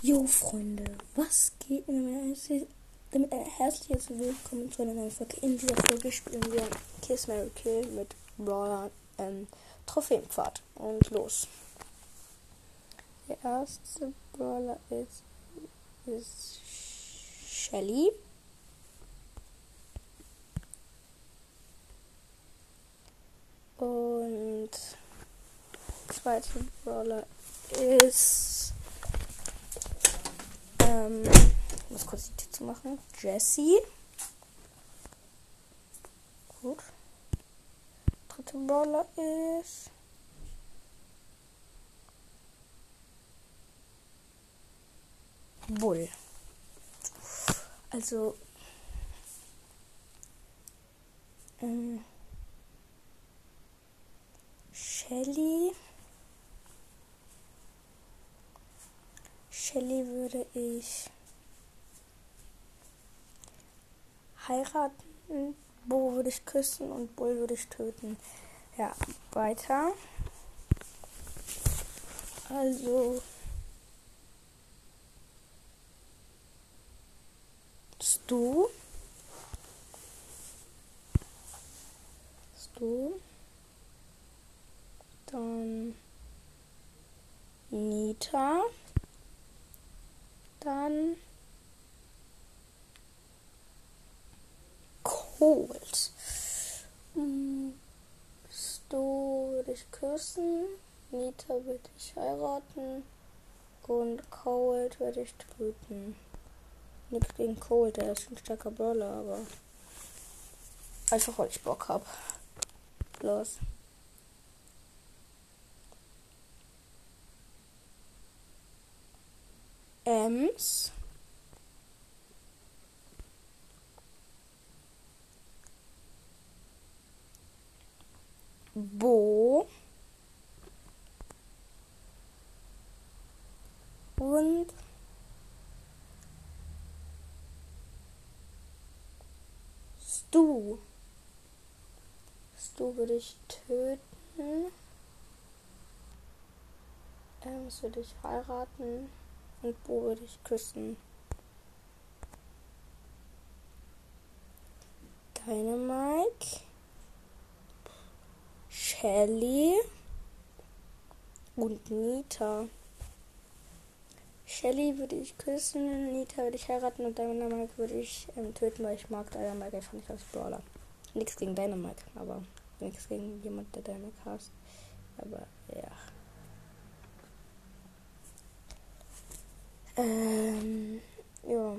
Jo Freunde, was geht? Herzlich willkommen zu einer neuen Folge. In dieser Folge spielen wir Kiss Mary Kill mit Brawler Trophäenpfad. Und los. Der erste Brawler ist Shelly. Und der zweite Brawler ist ich muss kurz die Tür zu machen. Jessie. Gut. Dritte Brawler ist Bull. Also Shelly würde ich heiraten, Bo würde ich küssen und Bull würde ich töten. Ja, weiter. Also Stu. Dann Nita. Dann Colt. Stu würde ich küssen, Nita würde ich heiraten und Colt würde ich töten. Nichts gegen Colt, der ist ein starker Brawler, aber einfach weil ich Bock hab. Los. Ems. Bo. Und Stu. Stu würde ich töten. Ems würde ich heiraten. Und Bo würde ich küssen. Dynamite. Shelly. Und Nita. Shelly würde ich küssen, Nita würde ich heiraten und Dynamite würde ich töten, weil ich mag Dynamite einfach nicht als Brawler. Nichts gegen Dynamite, aber nichts gegen jemand, der Dynamite hasst. Aber ja. Ja.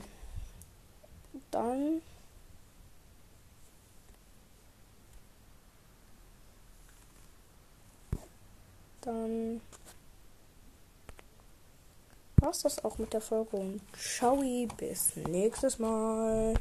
Dann war's das auch mit der Folge und ciao, bis nächstes Mal.